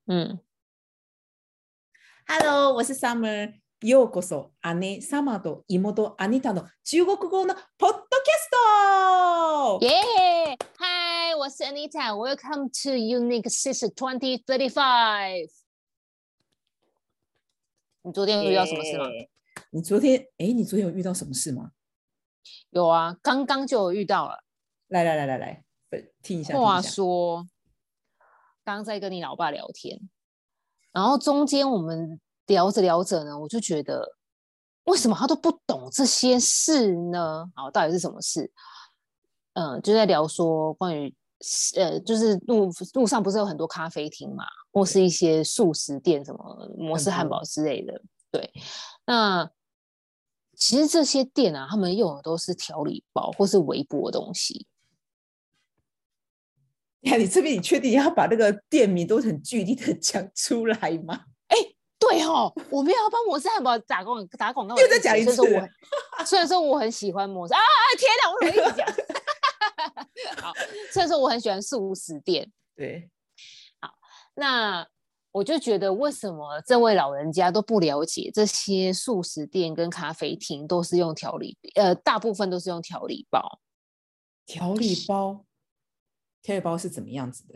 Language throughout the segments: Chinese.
嗯 Hello， 我是 Summer。ようこそ姉様と妹アニタの中国語のポッドキャスト。 耶！嗨，我是 Anita， Welcome to Unique Sister 2035。你昨天有遇到什么事吗？ 你昨天有遇到什么事吗？ 有啊，刚刚就有遇到了。 来，听一下。 话说，刚刚在跟你老爸聊天，然后中间我们聊着聊着呢，我就觉得为什么他都不懂这些事呢？好，到底是什么事？就在聊说关于就是路上不是有很多咖啡厅嘛，或是一些速食店，什么摩斯汉堡之类的。对，那其实这些店啊，他们用的都是调理包或是微波的东西。 你这边你确定要把那个店名都很具体的讲出来吗？ 对哦，我没有要帮摩斯汉堡打广告， 又再讲一次。 虽然说我很喜欢摩斯天哪，我怎么一直讲？好，虽然说我很喜欢素食店， 对， 好，那我就觉得为什么这位老人家都不了解这些素食店跟咖啡厅都是用大部分都是用调理包。 调理包是怎么样子的？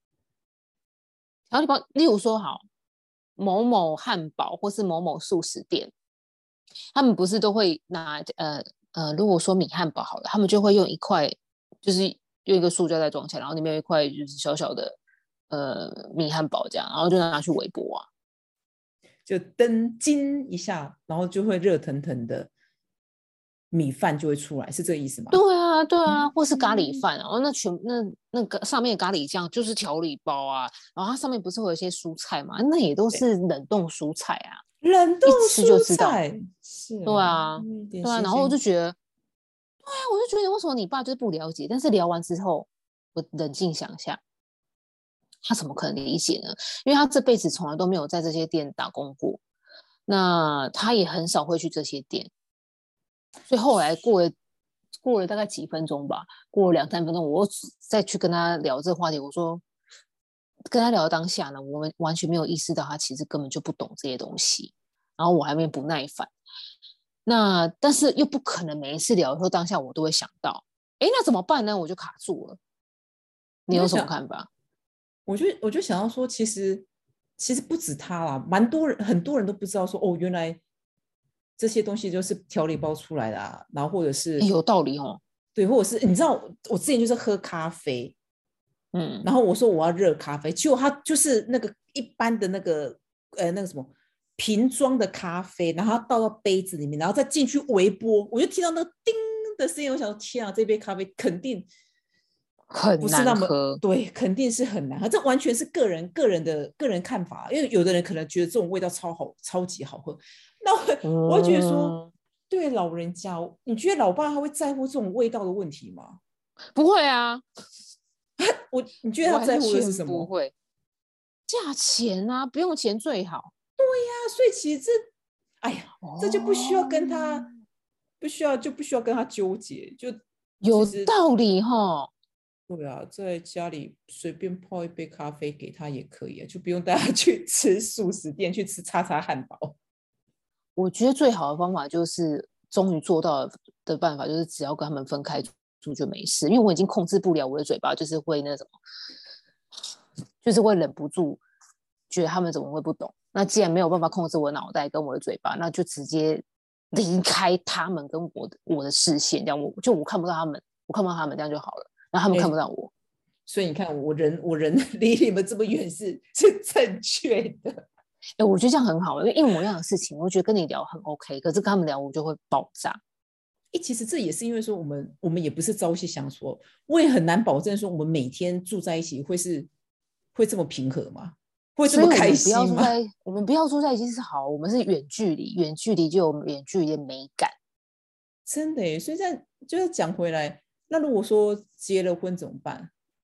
调理包，例如说好某某汉堡或是某某素食店，他们不是都会拿如果说米汉堡好了，他们就会用一块，就是用一个塑胶袋装起来，然后里面有一块就是小小的米汉堡这样，然后就拿去微波啊， 就灯金一下，然后就会热腾腾的米饭就会出来，是这个意思吗？ 对啊，或是咖喱饭，然后那个上面的咖喱酱就是调理包啊，然后它上面不是会有一些蔬菜嘛，那也都是冷冻蔬菜啊， 冷冻一吃就知道。 是、哦、 对啊，对啊，然后我就觉得，对啊，我就觉得为什么你爸就是不了解？但是聊完之后，我冷静想一下，他怎么可能理解呢？因为他这辈子从来都没有在这些店打工过，那他也很少会去这些店，所以后来过了大概几分钟吧，过了2-3分钟，我又再去跟他聊这个话题，我说跟他聊的当下呢，我们完全没有意识到他其实根本就不懂这些东西，然后我还没不耐烦。那但是又不可能每一次聊的时候当下我都会想到，那怎么办呢？我就卡住了。你有什么看法？ 我就想要说，其实不止他啦，很多人都不知道说，哦，原来这些东西就是调理包出来的啊，然后或者是有道理哦。 对，或者是你知道我之前就是喝咖啡，然后我说我要热咖啡，结果它就是那个一般的那个那个什么瓶装的咖啡，然后它倒到杯子里面，然后再进去微波，我就听到那个叮的声音，我想说天啊，这杯咖啡肯定很不是那么对，肯定是很难喝，这完全是个人看法，因为有的人可能觉得这种味道超级好喝，那我会觉得说，对老人家，你觉得老爸他会在乎这种味道的问题吗？ 不会啊， 你觉得他在乎的是什么？ 不会，价钱啊，不用钱最好。 对呀，所以其实哎呀，这就不需要跟他，不需要跟他纠结，就有道理哈。 对啊，在家里随便泡一杯咖啡给他也可以啊，就不用带他去吃素食店，去吃叉叉汉堡。 我觉得最好的方法就是终于做到的办法，就是只要跟他们分开住就没事，因为我已经控制不了我的嘴巴，就是会那种，就是会忍不住觉得他们怎么会不懂。那既然没有办法控制我的脑袋跟我的嘴巴，那就直接离开他们跟我的视线，这样我看不到他们，我看不到他们，这样就好了。然后他们看不到我， 所以你看我人离你们这么远是正确的。 我觉得这样很好，因为一模一样的事情，我觉得跟你聊很 OK， 可是跟他们聊我就会爆炸。 其实这也是因为说我们也不是朝夕相处，我也很难保证说我们每天住在一起会这么平和吗？会这么开心吗？ 我们不要住在一起是好，我们是远距离，远距离就有远距离的美感。 真的耶，所以这样就是讲回来，那如果说结了婚怎么办？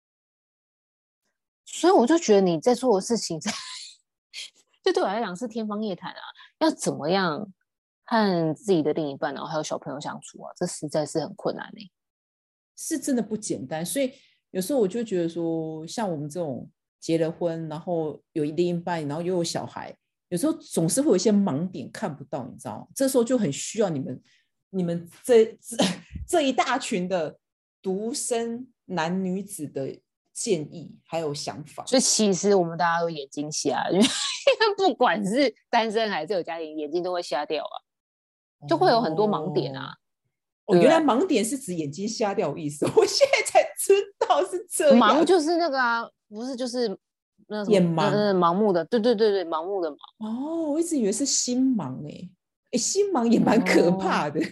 所以我就觉得你在做的事情就对我来讲是天方夜谭啊！要怎么样和自己的另一半，然后还有小朋友相处啊？这实在是很困难是真的不简单。所以有时候我就觉得说，像我们这种结了婚，然后有另一半，然后又有小孩，有时候总是会有一些盲点看不到，你知道吗？这时候就很需要你们这一大群的独生男女子的建议还有想法。 所以其实我们大家都眼睛瞎，因为不管是单身还是有家庭，眼睛都会瞎掉啊，就会有很多盲点啊。 原来盲点是指眼睛瞎掉的意思，我现在才知道是这样。 盲就是那个啊，不是就是那眼盲， 盲目的，对，盲目的盲。 哦，我一直以为是心盲心盲也蛮可怕的。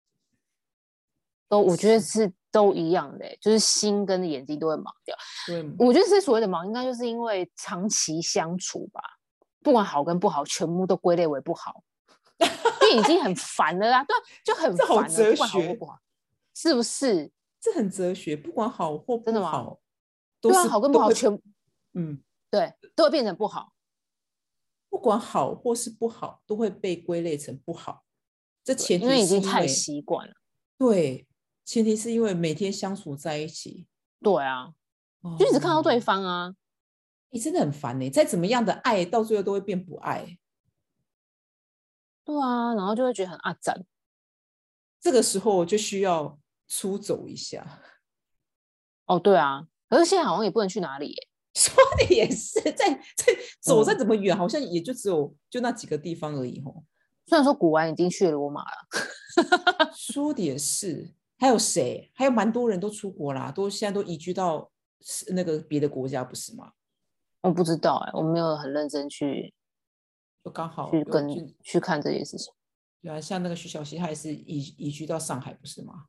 我觉得是都一样的，就是心跟眼睛都会盲掉。 对， 我觉得是所谓的盲，应该就是因为长期相处吧，不管好跟不好，全部都归类为不好，因为已经很烦了啦。对，就很烦了，不管好或不好，是不是？ 这很哲学，不管好或不好， 对啊，好跟不好全，对，都会变成不好。 不管好或是不好，都会被归类成不好。这前提是因为已经太习惯了。 对。前提是因为每天相处在一起， 对啊，就一直看到对方啊， 真的很烦再怎么样的爱，到最后都会变不爱。 对啊，然后就会觉得很阿展。 这个时候就需要出走一下。 哦，对啊，可是现在好像也不能去哪里耶。 说的也是，在走再怎么远，好像也就只有就那几个地方而已虽然说古玩已经去了罗马了， 说的也是。还有谁？还有蛮多人都出国啦，现在都移居到那个别的国家，不是吗？ 我不知道我没有很认真去， 就刚好去看这件事情。 对啊，像那个徐小溪，他也是移居到上海，不是吗？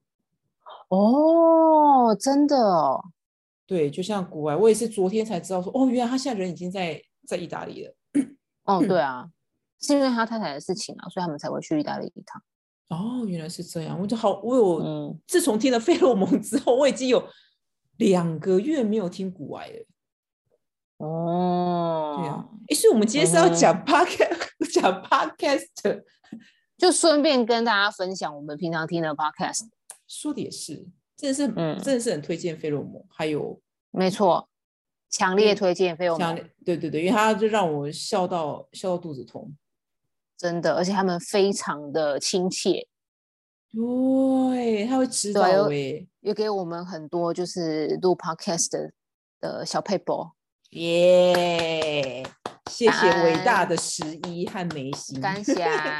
哦，真的哦。 对，就像国外，我也是昨天才知道说，原来他现在人已经在意大利了。 哦，对啊，是因为他太太的事情啊，所以他们才会去意大利一趟。 原来是这样。我有自从听了费洛蒙之后，我已经有2个月没有听古玩了。对啊，所以我们今天是要讲 podcast， 就顺便跟大家分享我们平常听的 podcast。 说的也是，真的是很推荐费洛蒙，还有没错，强烈推荐费洛蒙。 对，因为他就让我笑到肚子痛。 真的，而且他们非常的亲切。 对，他会指导有给我们很多就是录 podcast 的小撇步。 耶，谢谢伟大的11和梅心， 感谢。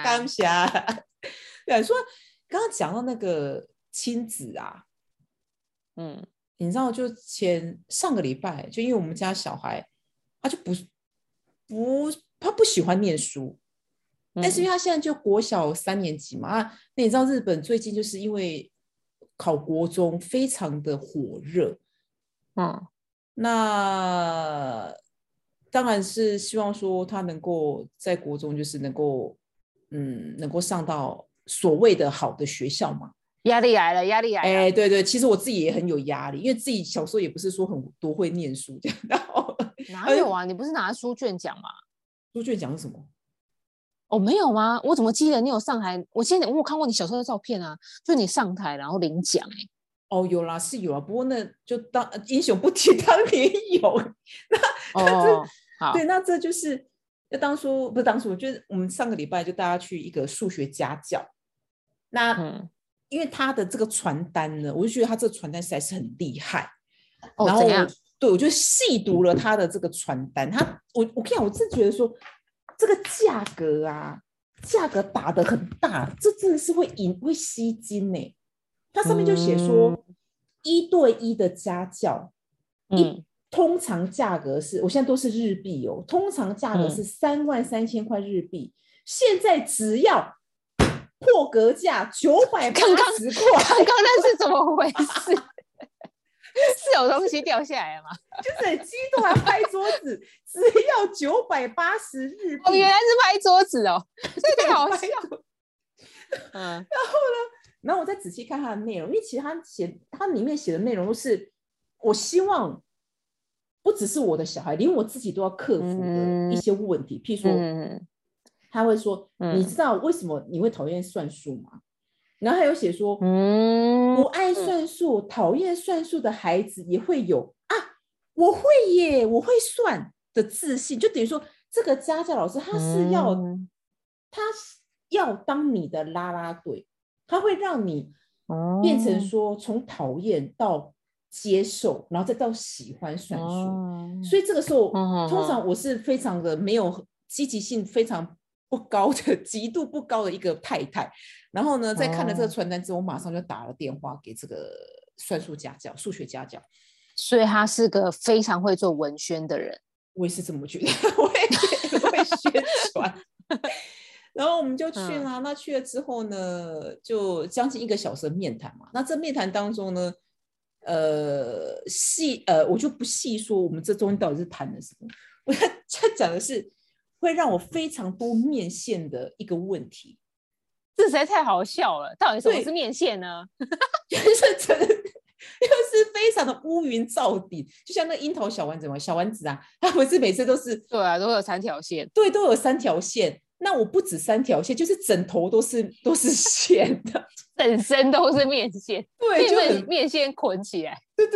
对，说刚刚讲到那个亲子啊，你知道就上个礼拜，就因为我们家小孩他就他不喜欢念书，但是因为他现在就国小3年级嘛，那你知道日本最近就是因为考国中非常的火热，那当然是希望说他能够在国中就是能够上到所谓的好的学校嘛。 压力来了。 对，其实我自己也很有压力，因为自己小时候也不是说多会念书这样。 哪有啊？你不是拿书卷奖吗？ 书卷奖是什么？ 没有吗？我怎么记得你有上台？我有看过你小时候的照片啊，就你上台然后领奖有啦，是有啊，不过那就当英雄不提当年有。对，那这就是当初，就是我们上个礼拜就大家去一个数学家教，那因为他的这个传单呢，我就觉得他这个传单实在是很厉害。然后对，我就细读了他的这个传单，我看我真觉得说这个价格打得很大，这真的是会吸睛它上面就写说1对1的家教，通常价格是，我现在都是日币通常价格是33000块日币，现在只要破格价980块。 刚刚那是怎么回事？是有东西掉下来了吗？ 就是很激动，还拍桌子，只要980日币。 原来是拍桌子这太好笑。 然后我再仔细看它的内容，因为其实它里面写的内容都是我希望不只是我的小孩，连我自己都要克服的一些问题。譬如说，他会说，你知道为什么你会讨厌算术吗？然后还有写说，不爱算术、讨厌算术的孩子也会有啊。 我会耶，我会算的自信，就等于说这个家教老师他是要、他要当你的啦啦队，他会让你变成说从讨厌到接受，然后再到喜欢算术。所以这个时候通常我是非常的没有积极性非常不高的极度不高的一个太太，然后呢在看了这个传单之后，我马上就打了电话给这个算术家教数学家教。 所以他是个非常会做文宣的人。 我也是这么觉得，我也觉得会宣传。然后我们就去了，那去了之后呢，就将近1个小时的面谈嘛。那这面谈当中呢，我就不细说我们这中间到底是谈了什么，我要讲的是会让我非常多面线的一个问题。 这实在太好笑了，到底什么是面线呢？ 就是真的就是非常的乌云罩顶，就像那樱桃小丸子嘛，小丸子啊，它不是每次都是对啊，都会有3条线， 对，都有3条线。那我不止3条线，就是整头都是线的， 整身都是面线， 对，就很面线捆起来， 对，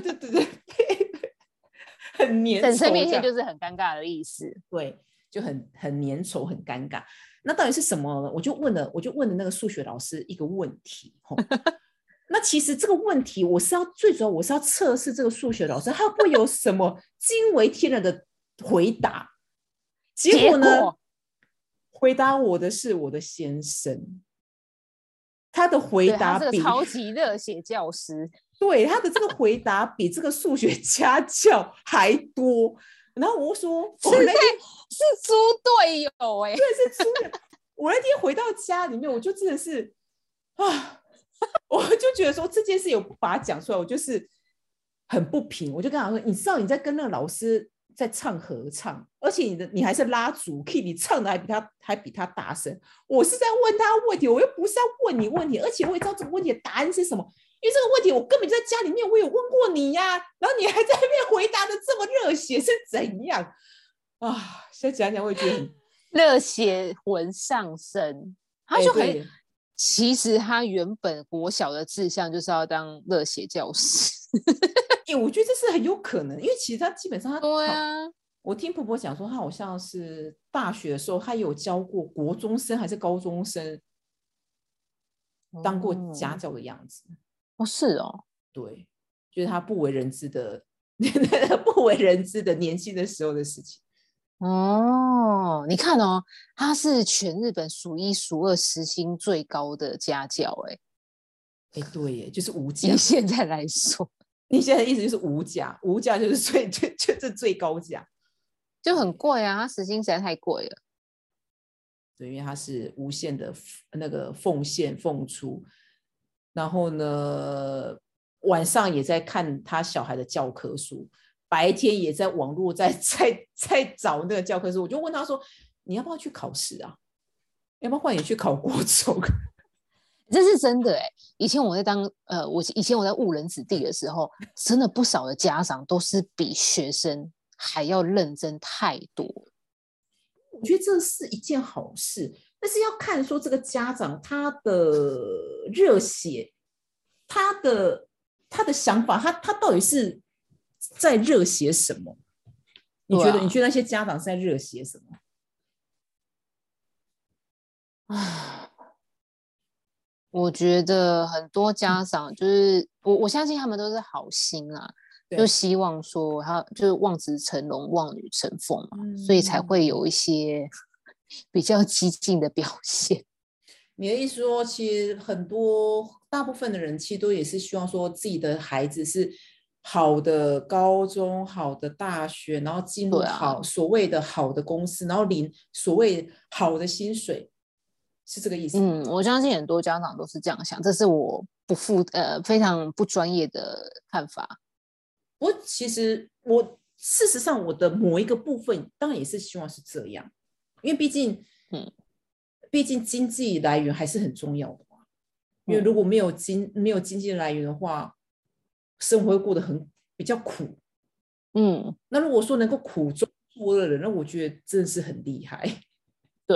很粘稠， 整身面线就是很尴尬的意思， 对，就很粘稠，很尴尬。那到底是什么呢？我就问了那个数学老师一个问题。那其实这个问题最主要我是要测试这个数学老师他会有什么惊为天人的回答。结果呢，回答我的是我的先生，他的回答比他是个超级热血教师， 对，他的这个回答比这个数学家教还多。然后我说是猪队友哎， 对，是猪队友。我那天回到家里面，我就真的是我就觉得说这件事有把它讲出来，我就是很不平。我就跟他说，你知道你在跟那个老师在唱合唱，而且你还是拉主 key， 你唱的还比他大声。我是在问他问题，我又不是要问你问题，而且我也知道这个问题的答案是什么，因为这个问题我根本就在家里面我有问过你呀，然后你还在那边回答的这么热血，是怎样啊？现在讲讲我也觉得很热血魂上身，他就很。其实他原本国小的志向就是要当热血教师。 我觉得这是很有可能，因为其实他基本上对啊， 我听婆婆讲说，他好像是大学的时候，他有教过国中生还是高中生，当过家教的样子。 是哦， 对，就是他不为人知的不为人知的年轻的时候的事情。 你看哦，他是全日本数1数2时薪最高的家教， 对耶，就是无价。 以现在来说， 你现在的意思就是无价，无价就是最高价， 就很贵啊，他时薪实在太贵了。 对，因为他是无限的那个奉献付出，然后呢，晚上也在看他小孩的教科书。白天也在网络在找那个教科书，我就问他说：“你要不要去考试啊？要不要换你去考国中？” 这是真的以前我在以前我在误人子弟的时候，真的不少的家长都是比学生还要认真太多。 我觉得这是一件好事，但是要看说这个家长他的热血，他的想法，他到底是在热血什么？你觉得那些家长是在热血什么？ 我觉得很多家长就是我相信他们都是好心啊，就希望说他就是望子成龙、望女成凤嘛，所以才会有一些比较激进的表现。 你的意思说，其实大部分的人其实都也是希望说自己的孩子是好的高中、好的大学，然后进入所谓的好的公司，然后领所谓好的薪水，是这个意思？ 我相信很多家长都是这样想，这是我非常不专业的看法。 其实事实上我的某一个部分当然也是希望是这样，因为毕竟经济来源还是很重要的嘛。因为如果没有经济来源的话，生活会过得比较苦。那如果说能够苦中作乐的人，那我觉得真的是很厉害。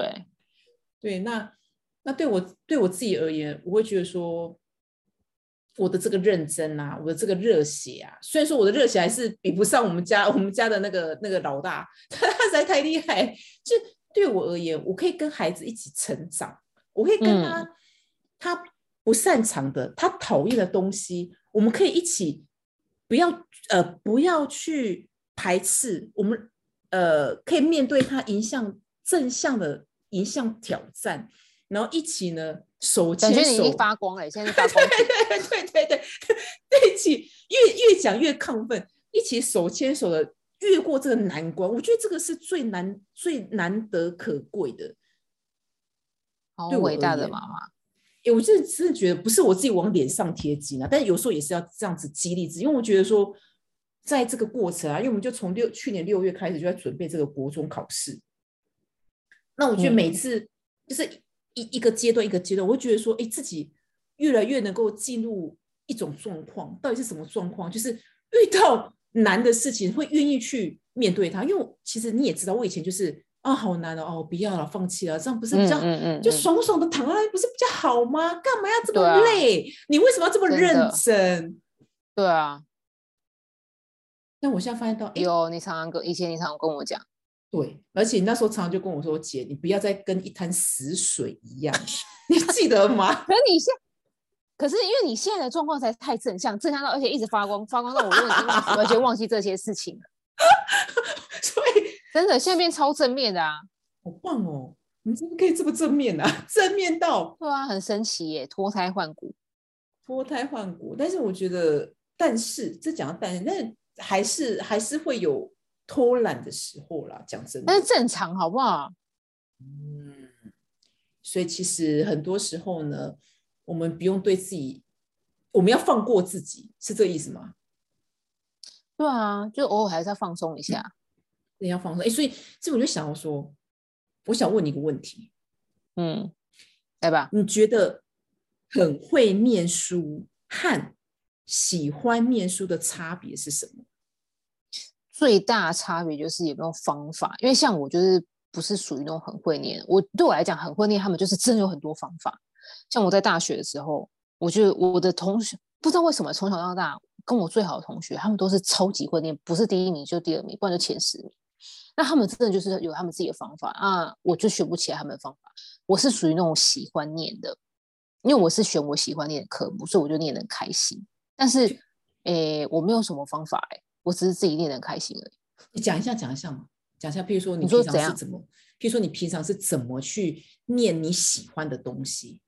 对，那对我自己而言，我会觉得说， 我的这个认真啊，我的这个热血啊，虽然说我的热血还是比不上我们家的那个老大，他实在太厉害。就对我而言，我可以跟孩子一起成长，我可以跟他不擅长的，他讨厌的东西，我们可以一起，不要去排斥，我们可以面对他正向的迎向挑战，然后一起呢手牵手。 感觉你已经发光了，现在是发光。 对，一起越讲越亢奋，一起手牵手的越过这个难关。我觉得这个是最难得可贵的。 好伟大的妈妈。 我真的觉得不是我自己往脸上贴金啊，但是有时候也是要这样子激励自己，因为我觉得说，在这个过程啊，因为我们就从去年6月开始就在准备这个国中考试，那我觉得每次就是一个阶段一个阶段，我会觉得说，自己越来越能够进入一种状况，到底是什么状况？就是遇到难的事情会愿意去面对它，因为其实你也知道，我以前就是好难哦，不要了，放弃了，这样不是比较就爽爽的躺在那里不是比较好吗？干嘛要这么累？你为什么要这么认真？ 对啊。 但我现在发现到， 有以前你常常跟我讲， 对，而且你那时候常常就跟我说，姐，你不要再跟一滩死水一样，你记得吗？ 可是因为你现在的状况才太正向到，而且一直发光到我都已经完全忘记这些事情了。 所以真的现在变超正面的啊， 好棒哦！你怎么可以这么正面啊？正面到对啊，很神奇耶，脱胎换骨。 但是我觉得，这讲到但还是会有偷懒的时候啦，讲真的。 但是正常好不好？ 所以其实很多时候呢，我们不用对自己，我们要放过自己，是这个意思吗？ 对啊，就偶尔还是要放松一下。 你要放松。所以这我就想要说，我想问你一个问题， 来吧， 你觉得很会念书和喜欢念书的差别是什么？ 最大的差别就是有没有方法，因为像我就是不是属于那种很会念，对我来讲很会念，他们就是真的有很多方法。像我在大学的时候，我觉得我的同学不知道为什么从小到大跟我最好的同学，他们都是超级会念，不是第1名就第2名，不然就前10名。那他们真的就是有他们自己的方法啊，我就学不起来他们的方法。我是属于那种喜欢念的，因为我是选我喜欢念的科目，所以我就念得很开心。但是，我没有什么方法，我只是自己念得很开心而已。 你讲一下嘛，讲一下，譬如说你平常是怎么，譬如说你平常是怎么去念你喜欢的东西？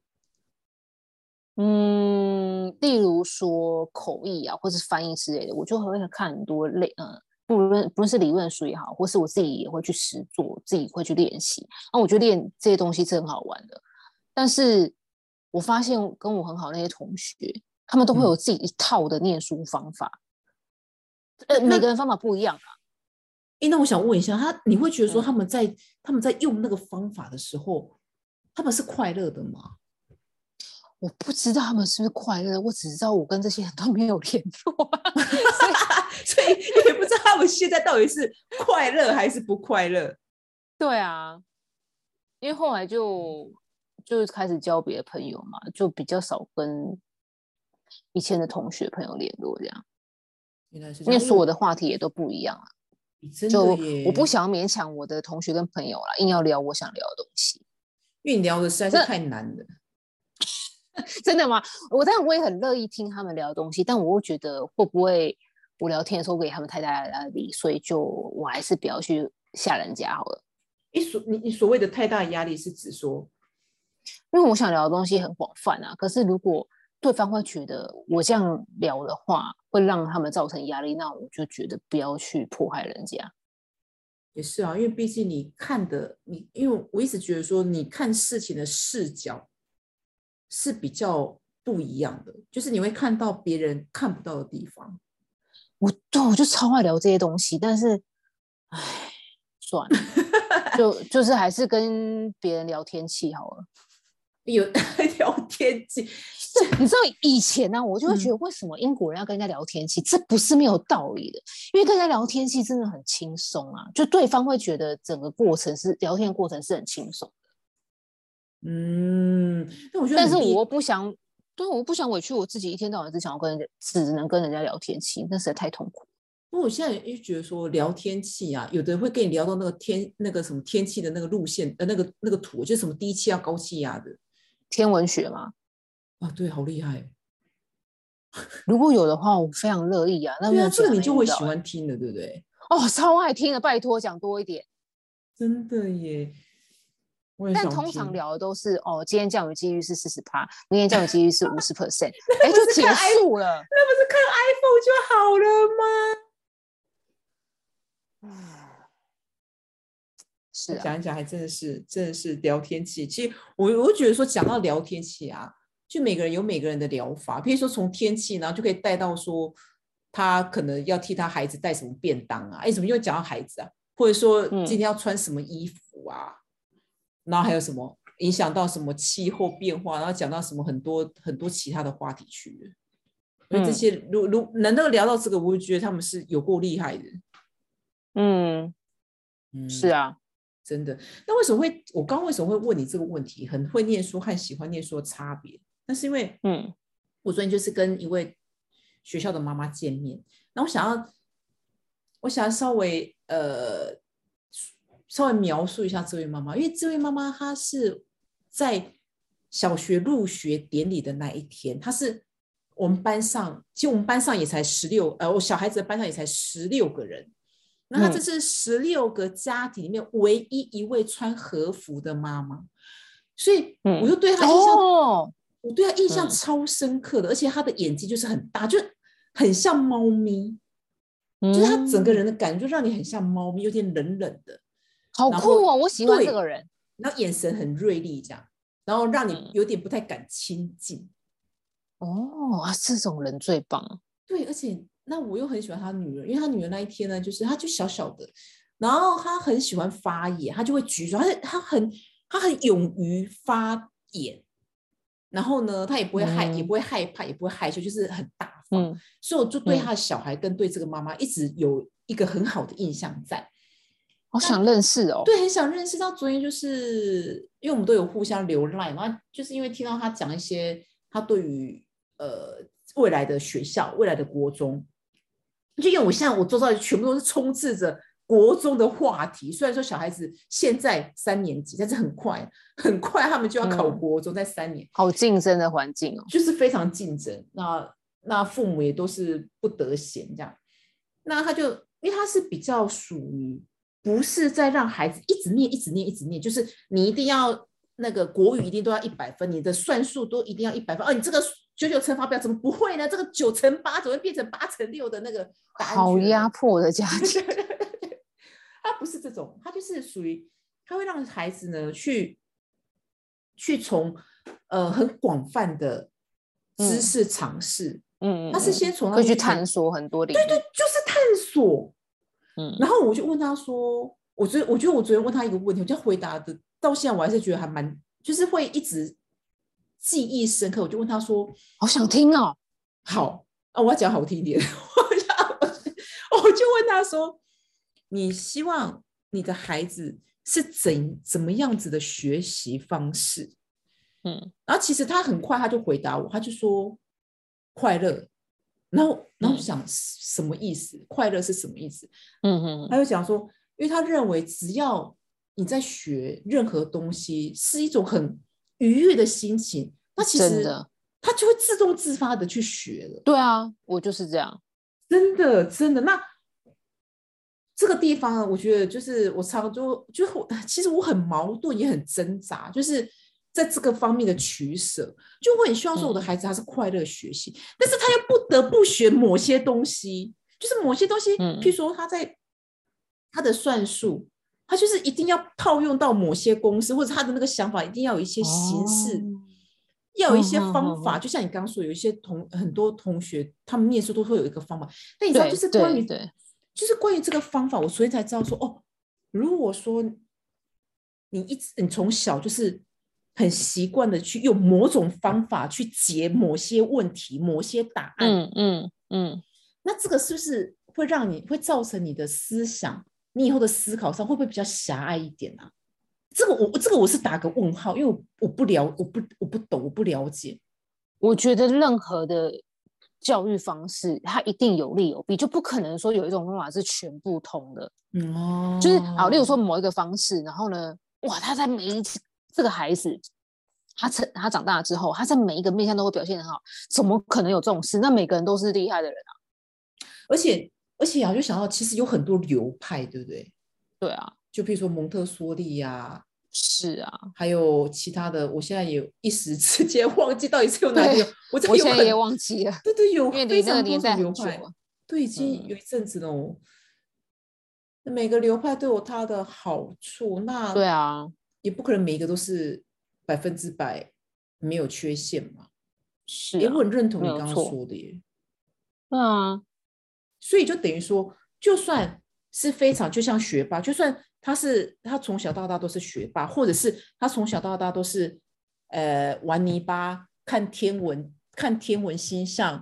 例如说口译啊，或是翻译之类的，我就会看很多不论是理论书也好，或是我自己也会去实做，自己会去练习。我觉得练这些东西是很好玩的，但是我发现跟我很好那些同学，他们都会有自己一套的念书方法，每个人方法不一样啊。 那我想问一下，你会觉得说他们在用那个方法的时候，他们是快乐的吗？ 我不知道他们是不是快乐，我只知道我跟这些人都没有联络， 所以也不知道他们现在到底是快乐还是不快乐。 对啊，因为后来就开始交别的朋友嘛，就比较少跟以前的同学朋友联络这样。 原来是因为所有的话题也都不一样啊。 就我不想要勉强我的同学跟朋友啦，硬要聊我想聊的东西， 因为你聊的实在是太难了。 真的吗？当然我也很乐意听他们聊的东西，但我会觉得会不会我聊天的时候给他们太大的压力，所以我还是不要去吓人家好了。 你所谓的太大的压力是指说， 因为我想聊的东西很广泛啊，可是如果对方会觉得我这样聊的话会让他们造成压力，那我就觉得不要去迫害人家。 也是啊，因为毕竟因为我一直觉得说你看事情的视角是比较不一样的，就是你会看到别人看不到的地方。 我就超爱聊这些东西，但是算了就是还是跟别人聊天气好了。 有聊天气， 你知道以前呢，我就会觉得为什么英国人要跟人家聊天气，这不是没有道理的，因为跟人家聊天气真的很轻松啊，就对方会觉得整个聊天过程是很轻松的。 但我觉得， 但是我不想对，我不想委屈我自己，一天到晚只想要只能跟人家聊天气，那实在太痛苦。 不过我现在也觉得说聊天气啊，有的人会跟你聊到那个什么天气的那个路线，那个图，就是什么低气压、高气压的天文学嘛。 啊，对，好厉害。 如果有的话，我非常乐意啊。那对啊，这个你就会喜欸欢听的，对不对？ 哦，超爱听的，拜托讲多一点。 真的耶，我也但想通常听。 聊的都是今天降雨几率是40%，明天降雨几率是50%， 那就结束了。 那不是看 iPhone 就好了吗？是啊， 讲一讲，还真的是聊天气。其实我觉得说，讲到聊天气啊，就每个人有每个人的疗法。比如说从天气，然后就可以带到说，他可能要替他孩子带什么便当啊？哎，怎么又讲到孩子啊？或者说今天要穿什么衣服啊？然后还有什么影响到什么气候变化？然后讲到什么很多很多其他的话题去了。因为这些如能够聊到这个，我就觉得他们是有够厉害的。 是啊。 真的。那为什么会我刚为什么会问你这个问题？很会念书和喜欢念书的差别？那是因为我昨天就是跟一位学校的妈妈见面，然后我想要稍微描述一下这位妈妈，因为这位妈妈她是在小学入学典礼的那一天，她是我们班上，其实我们班上也才我小孩子的班上也才16个人。那她这是16个家庭里面唯一一位穿和服的妈妈，所以我就对她印象，我对她印象超深刻的，而且她的眼睛就是很大，就很像猫咪，就是她整个人的感觉就让你很像猫咪，有点冷冷的， 好酷哦，我喜欢这个人。 然后眼神很锐利，这样，然后让你有点不太敢亲近。 这种人最棒。 对，而且那我又很喜欢他女儿，因为他女儿那一天呢，就是他就小小的，然后他很喜欢发言，他就会举手，他很勇于发言，然后呢，他也不会害怕，也不会害羞，就是很大方。所以我就对他的小孩跟对这个妈妈一直有一个很好的印象在。 好想认识哦。 对，很想认识。到昨天就是因为我们都有互相留赖嘛，就是因为听到他讲一些他对于未来的学校、未来的国中，就因为我周遭全部都是充斥着国中的话题。虽然说小孩子现在3年级，但是很快他们就要考国中，在3年， 好竞争的环境哦， 就是非常竞争。那父母也都是不得闲这样。那他就因为他是比较属于不是在让孩子一直念，就是你一定要那个国语一定都要100分，你的算术都一定要100分。你这个99乘法表怎么不会呢？这个9乘8怎么会变成8乘6的那个答案？ 好压迫的家庭。 他不是这种，他就是属于他会让孩子呢去从很广泛的知识尝试。他是先从会去探索很多领域。 对，就是探索。然后我就问他说，我觉得我昨天问他一个问题，我就回答的到现在我还是觉得还蛮，就是会一直记忆深刻。我就问他说， 好想听哦。 好啊，我要讲好听一点。我就问他说，你希望你的孩子是怎么样子的学习方式？然后其实他很快他就回答我，他就说快乐。然后我就想什么意思？快乐是什么意思？他就讲说，因为他认为只要你在学任何东西是一种很愉悦的心情，那其实他就会自动自发的去学了。 对啊，我就是这样。 真的。那这个地方我觉得就是我常就其实我很矛盾也很挣扎，就是在这个方面的取舍，就我很希望说我的孩子他是快乐学习，但是他又不得不学某些东西，就是某些东西，譬如说他在他的算术，他就是一定要套用到某些公式，或者他的那个想法一定要有一些形式，要有一些方法。就像你刚刚说，有一些很多同学他们念书都会有一个方法，但你知道，就是关于这个方法，我昨天才知道说，如果说你从小就是很习惯的去用某种方法去解某些问题、某些答案，那这个是不是会造成你的思想，你以后的思考上会不会比较狭隘一点啊？这个我是打个问号，因为我不懂，我不了解。 我觉得任何的教育方式，它一定有利有弊，就不可能说有一种方法是全部通的。就是例如说某一个方式，然后呢，哇，他在每一次这个孩子，他长大之后，他在每一个面向都会表现很好，怎么可能有这种事？那每个人都是厉害的人啊！ 而且啊，就想到其实有很多流派，对不对？ 对啊， 就比如说蒙特梭利呀， 是啊， 还有其他的，我现在也一时之间忘记到底是有哪个。我现在也忘记了。 对，有因为离那个非常多年代很种流派， 久。 对，已经有一阵子了哦。每个流派都有它的好处，那对啊， 也不可能每一个都是100%没有缺陷嘛。 是啊， 我很认同你刚刚没有错。 说的耶。 对啊， 所以就等于说，就算是非常就像学霸，就算他从小到大都是学霸，或者是他从小到大都是玩泥巴、看天文星象，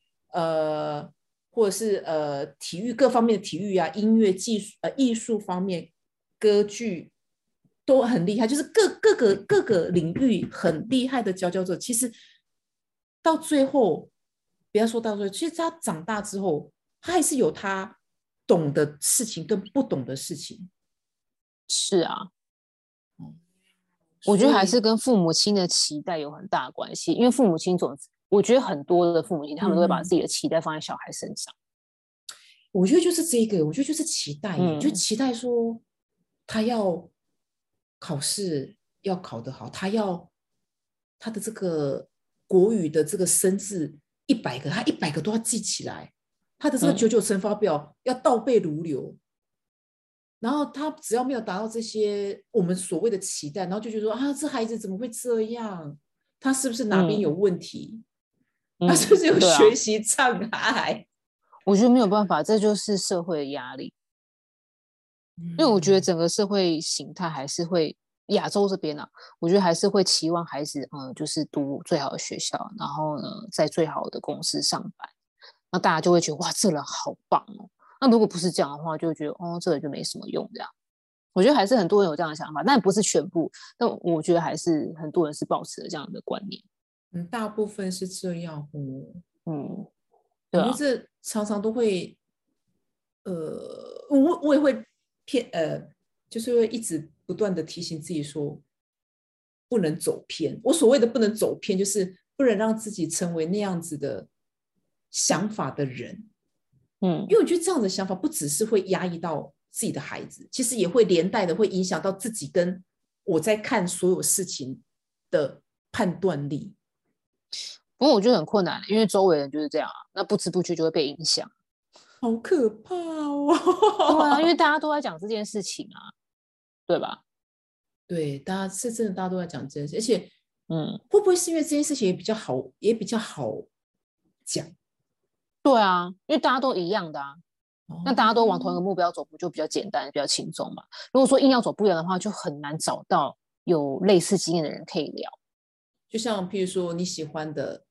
或者是体育各方面的体育啊、音乐、技术、艺术方面、歌剧都很厉害，就是各个领域很厉害的佼佼者。其实到最后，不要说到最后，其实他长大之后，他还是有他懂的事情跟不懂的事情。 是啊，我觉所以得还是跟父母亲的期待有很大的关系，因为父母亲我觉得很多的父母亲他们都会把自己的期待放在小孩身上。 我觉得就是这个，我觉得就是期待耶，就期待说他要考试要考得好，他的这个国语的这个生字100个，他100个都要记起来，他的这个99乘法表要倒背如流。然后他只要没有达到这些我们所谓的期待，然后就觉得说啊，这孩子怎么会这样？他是不是哪边有问题？他是不是有对啊， 学习障碍？ 我觉得没有办法，这就是社会的压力。因为我觉得整个社会形态还是会亚洲这边啊，我觉得还是会期望孩子，就是读最好的学校，然后呢，在最好的公司上班，那大家就会觉得哇，这人好棒哦。那如果不是这样的话，就会觉得这人就没什么用这样。我觉得还是很多人有这样的想法，但不是全部。但我觉得还是很多人是抱持了这样的观念。 大部分是这样哦。 对啊， 我觉得这常常都会，我也会就是会一直不断的提醒自己说，不能走偏。我所谓的不能走偏，就是不能让自己成为那样子的想法的人。因为我觉得这样的想法不只是会压抑到自己的孩子，其实也会连带的会影响到自己跟我在看所有事情的判断力。 不过我觉得很困难，因为周围人就是这样啊，那不知不觉就会被影响。 好可怕哦！ 对啊，因为大家都在讲这件事情啊，对吧？ 对，大家是真的，大家都在讲这件事，而且，会不会是因为这件事情也比较好讲？ 对啊，因为大家都一样的啊，那大家都往同一个哦， 目标走，不就比较简单、比较轻松嘛？如果说硬要走不一样的话，就很难找到有类似经验的人可以聊。 就像譬如说你喜欢的，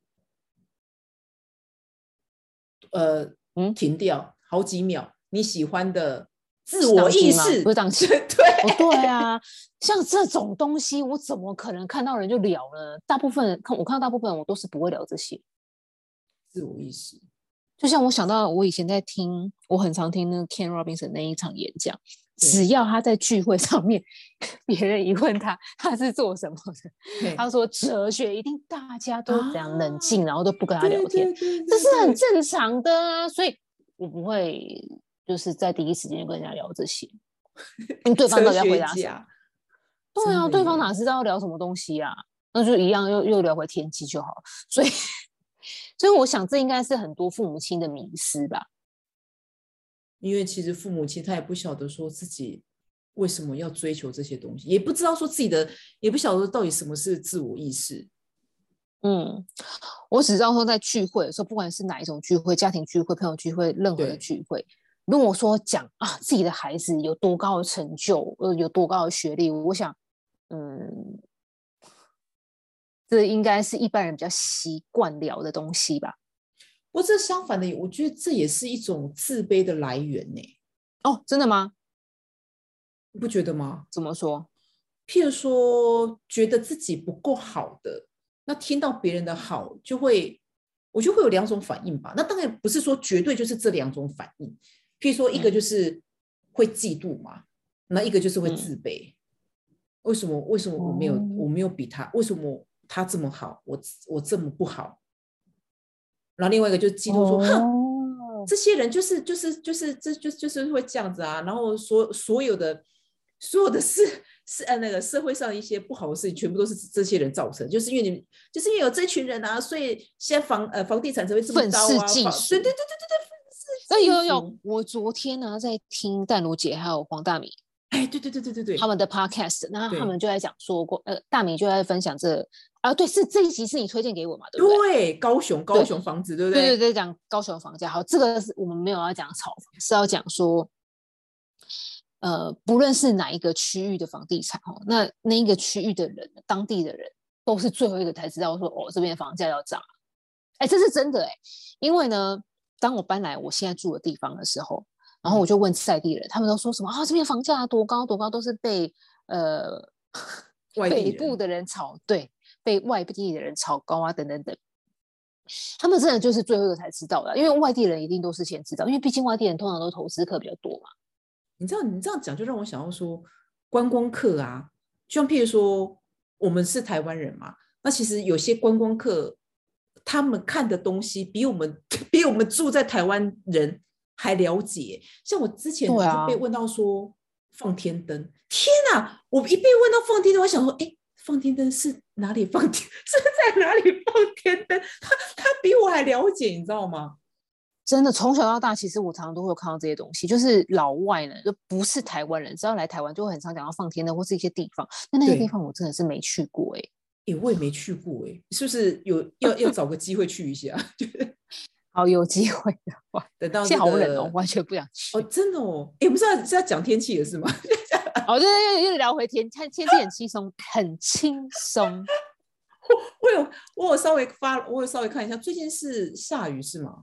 停掉好几秒，你喜欢的自我是宕机吗？不意识， 是宕机。 对， 对啊，像这种东西，我怎么可能看到人就聊呢？大部分我看到大部分人，我都是不会聊这些。 自我意识。 就像我想到我以前在听，我很常听那个 Ken Robinson 那一场演讲，只要他在聚会上面，别人一问他他是做什么的，他说哲学一定大家都这样冷静，然后都不跟他聊天，这是很正常的啊。所以我不会就是在第一时间跟人家聊这些，因为对方到底要回答什么？对啊，对方哪知道要聊什么东西啊？那就一样又聊回天机就好。所以所以我想这应该是很多父母亲的迷思吧。 因为其实父母亲他也不晓得说自己为什么要追求这些东西，也不知道说自己的，也不晓得到底什么是自我意识。 我只知道说在聚会的时候，不管是哪一种聚会，家庭聚会、朋友聚会，任何的聚会，如果说讲自己的孩子有多高的成就，有多高的学历，我想，这应该是一般人比较习惯聊的东西吧。 不过这相反的，我觉得这也是一种自卑的来源呢。 哦，真的吗？ 你不觉得吗？ 怎么说？ 譬如说，觉得自己不够好的， 那听到别人的好，我就会有2种反应吧。那当然不是说绝对就是这2种反应，譬如说一个就是会嫉妒嘛，那一个就是会自卑。为什么我没有比他？为什么他这么好，我这么不好？然后另外一个就是嫉妒说，哼，这些人就是会这样子啊。然后所有的那个社会上一些不好的事情，全部都是这些人造成，就是因为有这群人啊，所以现在房地产才会这么高啊。 对，有，我昨天呢在听淡如姐还有黄大米， 对， 他们的 podcast， 那他们就在讲说过，大米就在分享对，是这一集是你推荐给我嘛，对不对？ 对，高雄房子，对不对？ 对，讲高雄房价。好，这个是我们没有要讲炒房，是要讲说，不论是哪一个区域的房地产那一个区域的人，当地的人都是最后一个才知道说，这边房价要涨。这是真的因为呢，当我搬来我现在住的地方的时候，然后我就问在地人，他们都说什么这边房价多高多高，都是被北部的人对，被外地的人炒高啊，等等等。他们真的就是最后一个才知道的，因为外地人一定都是先知道，因为毕竟外地人通常都投资客比较多嘛。 你这样讲，就让我想到说，观光客啊，就像譬如说，我们是台湾人嘛，那其实有些观光客，他们看的东西比我们住在台湾人还了解。像我之前就被问到说放天灯，天哪！我一被问到放天灯，我想说，放天灯是哪里放天？是在哪里放天灯？他比我还了解，你知道吗？ 真的，从小到大，其实我常常都会有看到这些东西。就是老外呢，就不是台湾人，只要来台湾，就会很常讲到放天灯或是一些地方。那些地方我真的是没去过我也没去过是不是要找个机会去一下？ 好，有机会的话， 等到现在好冷完全不想去真的我们是要讲天气的是吗？ 对，又聊回天气很轻松，很轻松。 我有稍微看一下，最近是下雨是吗？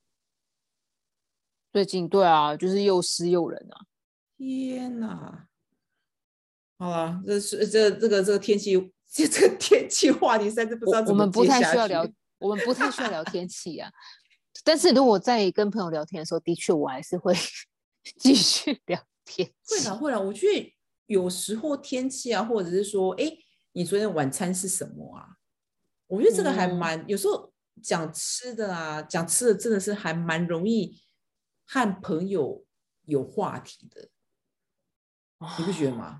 最近对啊，就是又湿又冷啊！ 天哪！好了，这个天气，这个天气话题实在是不知道怎么接下去。 我们不太需要聊天气啊。但是如果在跟朋友聊天的时候，的确我还是会继续聊天气。 会啦，我觉得有时候天气啊，或者是说，你昨天晚餐是什么啊？我觉得这个还蛮，有时候讲吃的真的是还蛮容易和朋友有话题的，你不觉得吗？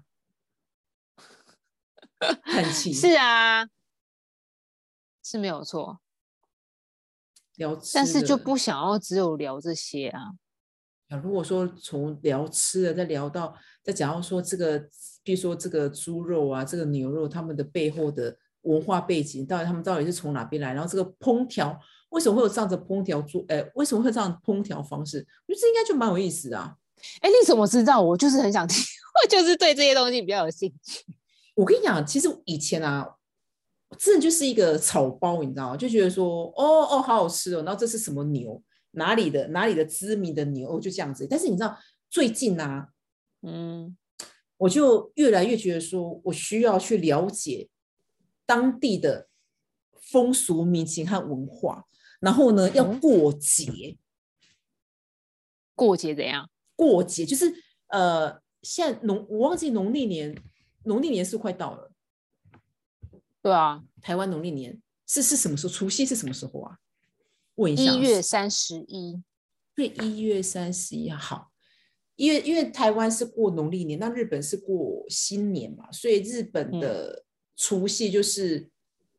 叹气是啊，是没有错。 聊吃的， 但是就不想要只有聊这些啊。 如果说从聊吃的再讲到说这个，比如说这个猪肉啊，这个牛肉，他们的背后的文化背景，他们到底是从哪边来？然后这个烹调为什么会有这样的烹调为什么会这样烹调方式？我觉得这应该就蛮有意思的啊。 你怎么知道？我就是很想听，我就是对这些东西比较有兴趣。 我跟你讲，其实以前啊，真的就是一个草包，你知道吗？就觉得说，好好吃哦，然后这是什么牛？哪里的知名的牛就这样子。但是你知道最近啊，我就越来越觉得说我需要去了解当地的风俗民情和文化，然后呢要过节。 过节怎样？ 过节就是现在我忘记农历年是快到了。 对啊， 台湾农历年是什么时候？除夕是什么时候啊？问一下。 1月31。 对，1月31号。因为台湾是过农历年，那日本是过新年嘛，所以日本的除夕就是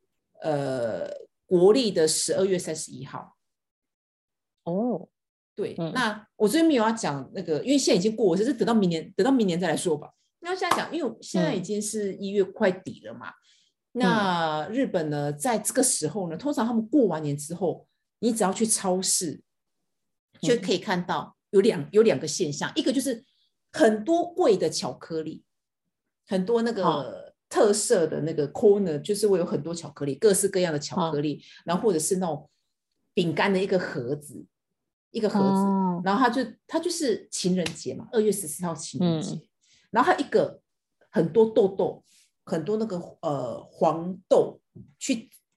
国历的12月31号。对，那我这边没有要讲那个，因为现在已经过，我是等到明年再来说吧。那现在讲，因为现在已经是1月快底了嘛。那日本呢，在这个时候呢，通常他们过完年之后，你只要去超市，就可以看到有两个现象，一个就是很多贵的巧克力，很多那个特色的那个 corner，就是会有很多巧克力，各式各样的巧克力，然后或者是那种饼干的一个盒子，然后它就是情人节嘛，2月14号情人节，然后还有一个很多豆豆。很多那个黄豆去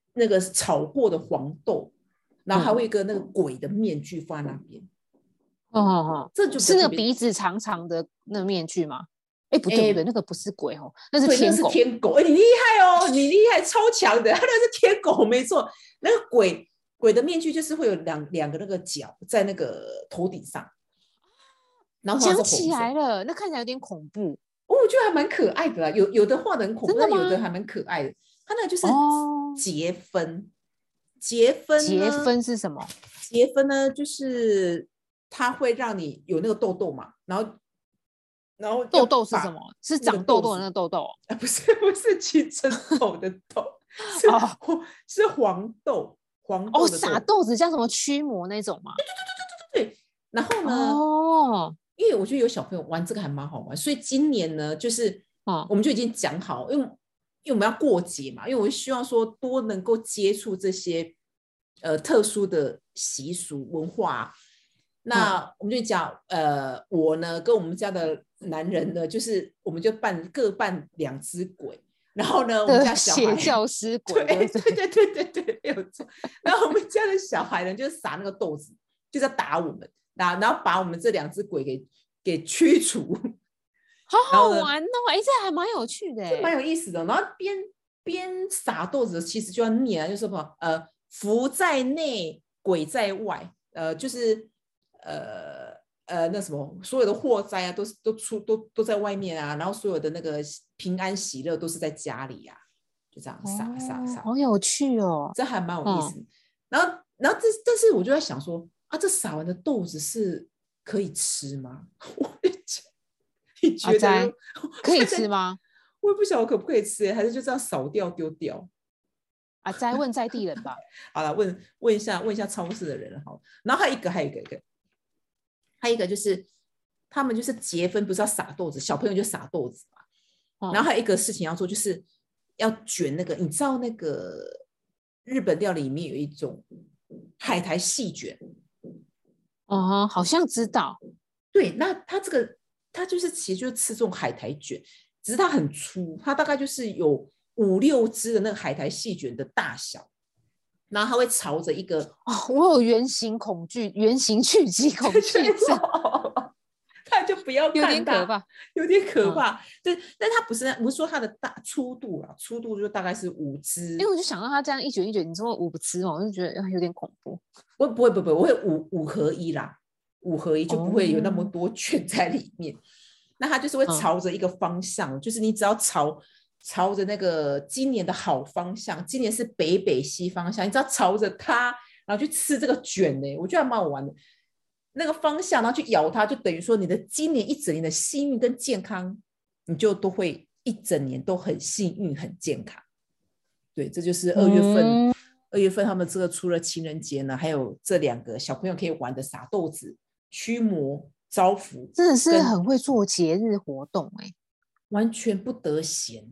那个炒过的黄豆，然后还会有一个那个鬼的面具放在那边。 这就是那个鼻子长长的那个面具吗？哎，不对不对，那个不是鬼哦，那是天狗。 那是天狗，哎，你厉害哦，你厉害，超强的，他那个是天狗，没错。那个鬼的面具就是会有两个那个角在那个头顶上，然后想起来了，那看起来有点恐怖。 我觉得还蛮可爱的啦，有的画的很恐怖，但有的还蛮可爱的。它那个就是节分，节分是什么？ 节分呢，就是它会让你有那个痘痘嘛，然后痘痘是什么？是长痘痘的那个痘痘？ 不是青春痘的痘，是黄豆。 撒豆子像什么驱魔那种吗？ 对。然后呢？因为我觉得有小朋友玩这个还蛮好玩，所以今年呢，就是我们就已经讲好，因为我们要过节嘛，因为我希望说多能够接触这些特殊的习俗文化。那我们就讲，我呢跟我们家的男人呢，就是我们就各扮2只鬼。然后呢，我们家小孩邪教师鬼， 对，没有错。然后我们家的小孩呢，就是撒那个豆子，就在打我们，然后把我们这2只鬼给驱除。 好好玩哦！哎，这还蛮有趣的， 蛮有意思的。然后边撒豆子，其实就要念，就是什么福在内，鬼在外，就是那什么，所有的祸灾啊，都在外面啊，然后所有的那个平安喜乐都是在家里啊，就这样撒， 好有趣哦， 这还蛮有意思。然后但是我就在想说啊，这撒完的豆子是可以吃吗？你觉得可以吃吗？ 我也不晓得可不可以吃，还是就这样扫掉丢掉？ 再问在地人吧。 好了，问一下超市的人好。然后还有一个就是他们就是节分不是要撒豆子，小朋友就撒豆子嘛。然后还有一个事情要做，就是要卷那个，你知道那个日本料理里面有一种海苔细卷。 好像知道。 对，那它就是其实就是吃这种海苔卷，只是它很粗，它大概就是有5、6只的那个海苔细卷的大小。然后它会朝着一个我有原型聚集恐惧症， 他就不要看， 有点可怕， 有点可怕。对，但它不是说它的粗度啦，粗度就大概是5只。 因为我就想到它这样一卷一卷，你说5只嘛，我就觉得有点恐怖。 不会，我会5合1啦，5合1就不会有那么多卷在里面。那它就是会朝着一个方向，就是你只要朝着那个今年的好方向，今年是北西方向，你只要朝着它，然后去吃这个卷呢，我觉得还蛮好玩的。那个方向，然后去咬它，就等于说你的今年一整年的幸运跟健康，你就都会一整年都很幸运很健康。对，这就是2月份。2月份他们这个除了情人节呢，还有这2个小朋友可以玩的撒豆子、驱魔、招福， 真的是很会做节日活动完全不得闲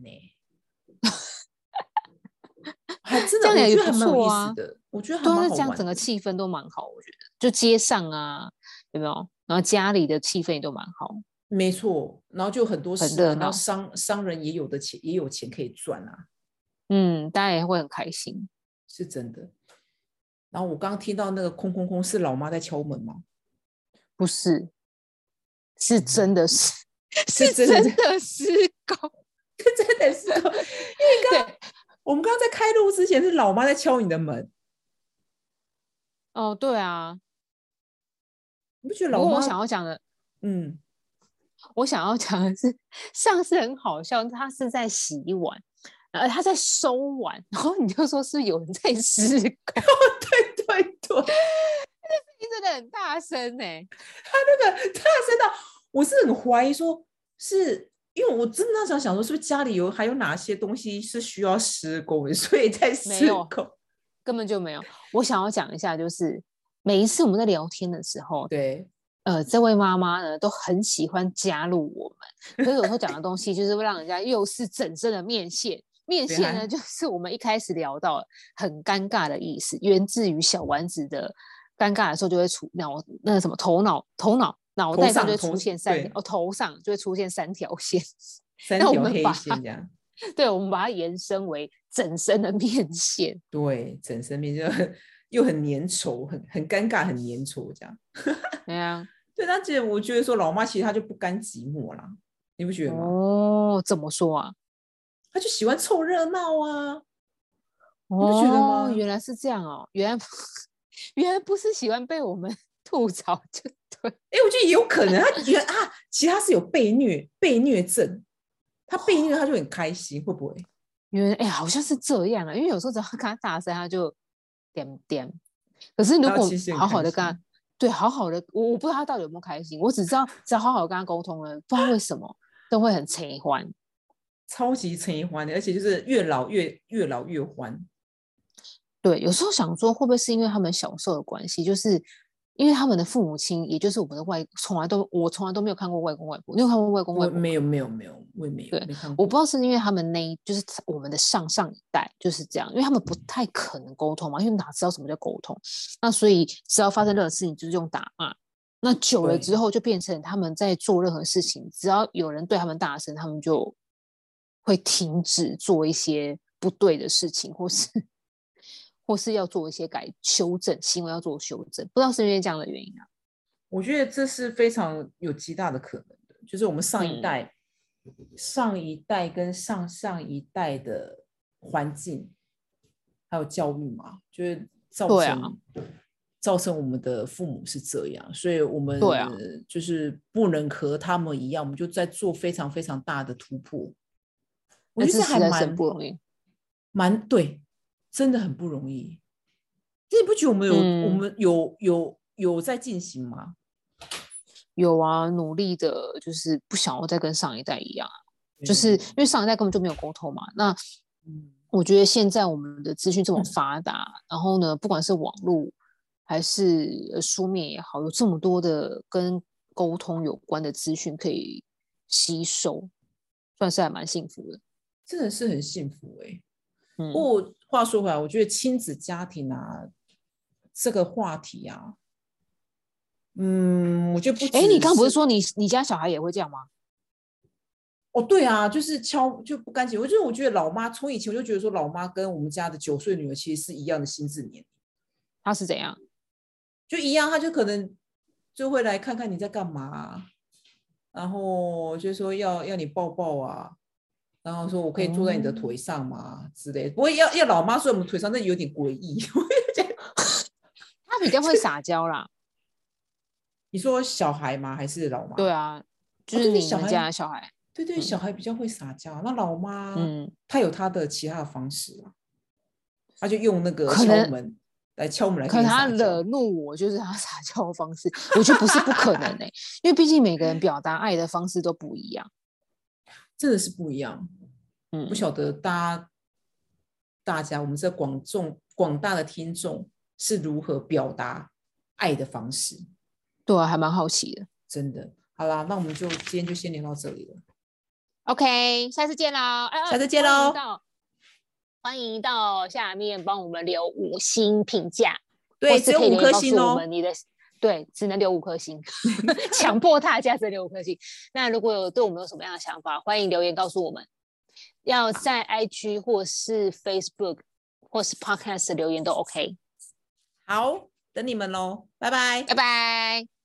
还真的， 这样也不错啊。我觉得还蛮好玩的， 这样整个气氛都蛮好，我觉得就街上啊，有没有？然后家里的气氛也都蛮好， 没错。然后就很多事啊，然后商人也有钱可以赚啊。 大家也会很开心， 是真的。然后我刚刚听到那个空空空，是老妈在敲门吗？ 不是，是真的是真的施工， 真的施工。因为我们刚刚在开录之前是老妈在敲你的门。 对啊。 你不觉得老妈？ 我想要讲的，我想要讲的是，上次很好笑，他是在洗碗，然后他在收碗，然后你就说是有人在施工。 对，那真的很大声他那个大声到，我是很怀疑说，是因为我真的想说，是不是家里还有哪些东西是需要施工的，所以在施工？ 根本就没有。我想要讲一下，就是每一次我们在聊天的时候， 对， 这位妈妈呢都很喜欢加入我们，可是有时候讲的东西就是会让人家又是整身的面线。面线呢，就是我们一开始聊到很尴尬的意思，源自于小丸子的尴尬的时候就会那个什么脑袋上就会出现3条，头上就会出现3条线， 3条黑线这样。 对，我们把它延伸为整身的面线。 对，整身面就又很粘稠，很尴尬，很粘稠这样。 对啊。 对，但其实我觉得说老妈其实她就不甘寂寞啦，你不觉得吗？ 哦，怎么说啊？ 她就喜欢凑热闹啊，你不觉得哦， 吗？ 原来是这样哦，原来不是喜欢被我们吐槽就对。 哎，我觉得也有可能，她其实她是有被虐症，她被虐她就很开心，会不会？ 原来哎，好像是这样啊，因为有时候只要跟他大声，他就点点。可是如果她其实很好好的跟他， 开心， 对，好好的，我不知道他到底有没有开心，我只知道只要好好的跟他沟通了，不知道为什么都会很悲欢。 超级承欢的，而且就是越老越欢。 对，有时候想说，会不会是因为他们小时候的关系，就是因为他们的父母亲，也就是我们的我从来都没有看过外公外婆。你有看过外公外婆吗？ 没有，我也对， 没看过。 我不知道是因为他们就是我们的上上一代就是这样，因为他们不太可能沟通嘛，因为哪知道什么叫沟通？那所以只要发生任何事情，就是用打骂。那久了之对后，就变成他们在做任何事情，只要有人对他们大声，他们就会停止做一些不对的事情，或是要做一些修正行为，要做修正。不知道是因为这样的原因啊？ 我觉得这是非常有极大的可能的，就是我们上一代跟上上一代的环境还有教育嘛，就是对啊， 造成我们的父母是这样，所以我们对啊， 就是不能和他们一样，我们就在做非常非常大的突破。我那觉得这还这实在是很不容易。 对，真的很不容易。你不觉得我嗯， 们有在进行吗？ 有啊，努力的，就是不想要再跟上一代一样啊，就是对因为上一代根本就没有沟通嘛。那嗯我觉得现在我们的资讯这么发达，然后呢，不管是网络还是书面也好，有这么多的跟沟通有关的资讯可以吸收，算是还蛮幸福的。 真的是很幸福哎。不嗯， 过话说回来，我觉得亲子家庭啊这个话题啊，我觉得不哎，你只是刚刚不是说你家小孩也会这样吗？ 哦，对啊，就是就不干净。我觉得老妈从以前我就觉得说，老妈跟我们家的9岁女儿其实是一样的心智年龄， 他是怎样？ 就一样，她就可能就会来看看你在干嘛啊，然后就说要你抱抱啊，然后说我可以坐在你的哦， 腿上吗之类的。不过要老妈睡我们腿上，那有点诡异。 他比较会撒娇啦。 你说小孩吗？还是老妈？ 对啊，就哦，对对， 是你们家小孩， 的小孩。 对对，小嗯孩比较会撒娇。那老妈嗯， 她有她的其他的方式啊，她就用那个可能敲门来跟你可能他撒娇， 惹怒我，就是他撒娇的方式，我觉得不是不可能因为毕竟每个人表达爱的方式都不一样。 真的是不一样。不嗯， 晓得大家我们这广大的听众是如何表达爱的方式， 对啊，还蛮好奇的。 真的。好啦，那我们今天就先聊到这里了， OK，下次见啦！ 下次见喽。 欢迎下面帮我们留5星评价，或对，只是可以有五颗留言告诉我星哦。 们你的。对，只能留5颗星，强迫大家只能留5颗星。那如果对我们有什么样的想法，欢迎留言告诉我们。要在 IG 或是 Facebook 或是 Podcast 留言都 OK。 好，等你们喽，拜拜。 拜拜。